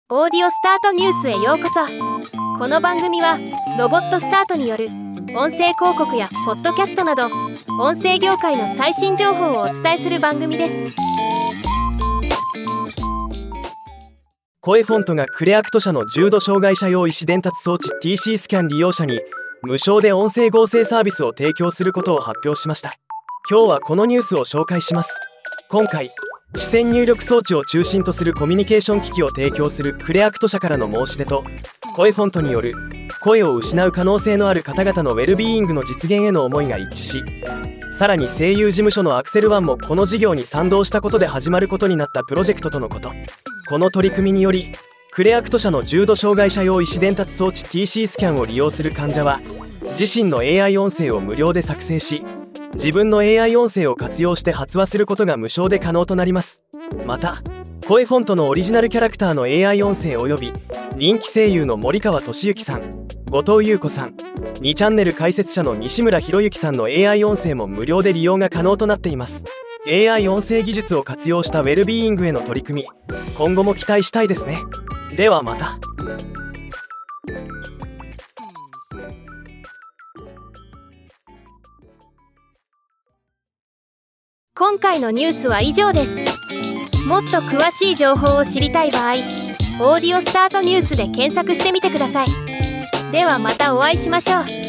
オーディオスタートニュースへようこそ。この番組はロボットスタートによる音声広告やポッドキャストなど音声業界の最新情報をお伝えする番組です。 声フォントがクレアクト社の重度障害者用意思伝達装置 TC スキャン利用者に無償で音声合成サービスを提供することを発表しました。今日はこのニュースを紹介します。今回視線入力装置を中心とするコミュニケーション機器を提供するクレアクト社からの申し出と、声フォントによる声を失う可能性のある方々のウェルビーイングの実現への思いが一致し、さらに声優事務所のアクセルワンもこの事業に賛同したことで始まることになったプロジェクトとのこと。この取り組みによりクレアクト社の重度障害者用意思伝達装置 TC スキャンを利用する患者は自身の AI 音声を無料で作成し、自分の AI 音声を活用して発話することが無償で可能となります。また声フォントのオリジナルキャラクターの AI 音声および人気声優の森川俊之さん、後藤優子さん、2チャンネル解説者の西村博之さんの AI 音声も無料で利用が可能となっています。 AI 音声技術を活用したウェルビーイングへの取り組み、今後も期待したいですね。ではまた。 今回のニュースは以上です。もっと詳しい情報を知りたい場合、オーディオスタートニュースで検索してみてください。ではまたお会いしましょう。